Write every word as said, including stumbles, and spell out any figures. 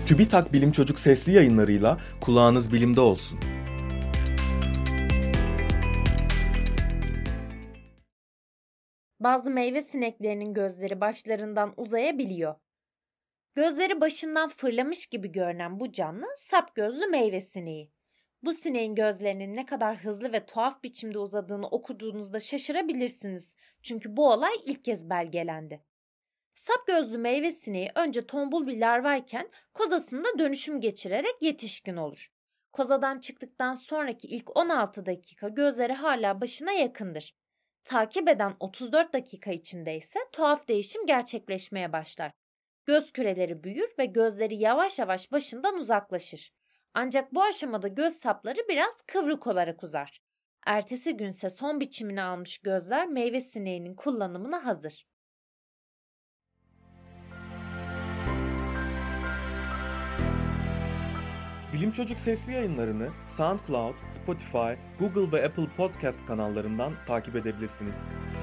TÜBİTAK Bilim Çocuk sesli yayınlarıyla kulağınız bilimde olsun. Bazı meyve sineklerinin gözleri başlarından uzayabiliyor. Gözleri başından fırlamış gibi görünen bu canlı sapgözlü meyve sineği. Bu sineğin gözlerinin ne kadar hızlı ve tuhaf biçimde uzadığını okuduğunuzda şaşırabilirsiniz. Çünkü bu olay ilk kez belgelendi. Sapgözlü meyve sineği önce tombul bir larvayken kozasında dönüşüm geçirerek yetişkin olur. Kozadan çıktıktan sonraki ilk on altı dakika gözleri hala başına yakındır. Takip eden otuz dört dakika içinde ise tuhaf değişim gerçekleşmeye başlar. Göz küreleri büyür ve gözleri yavaş yavaş başından uzaklaşır. Ancak bu aşamada göz sapları biraz kıvrık olarak uzar. Ertesi günse son biçimini almış gözler meyve sineğinin kullanımına hazır. Bilim Çocuk sesli yayınlarını SoundCloud, Spotify, Google ve Apple Podcast kanallarından takip edebilirsiniz.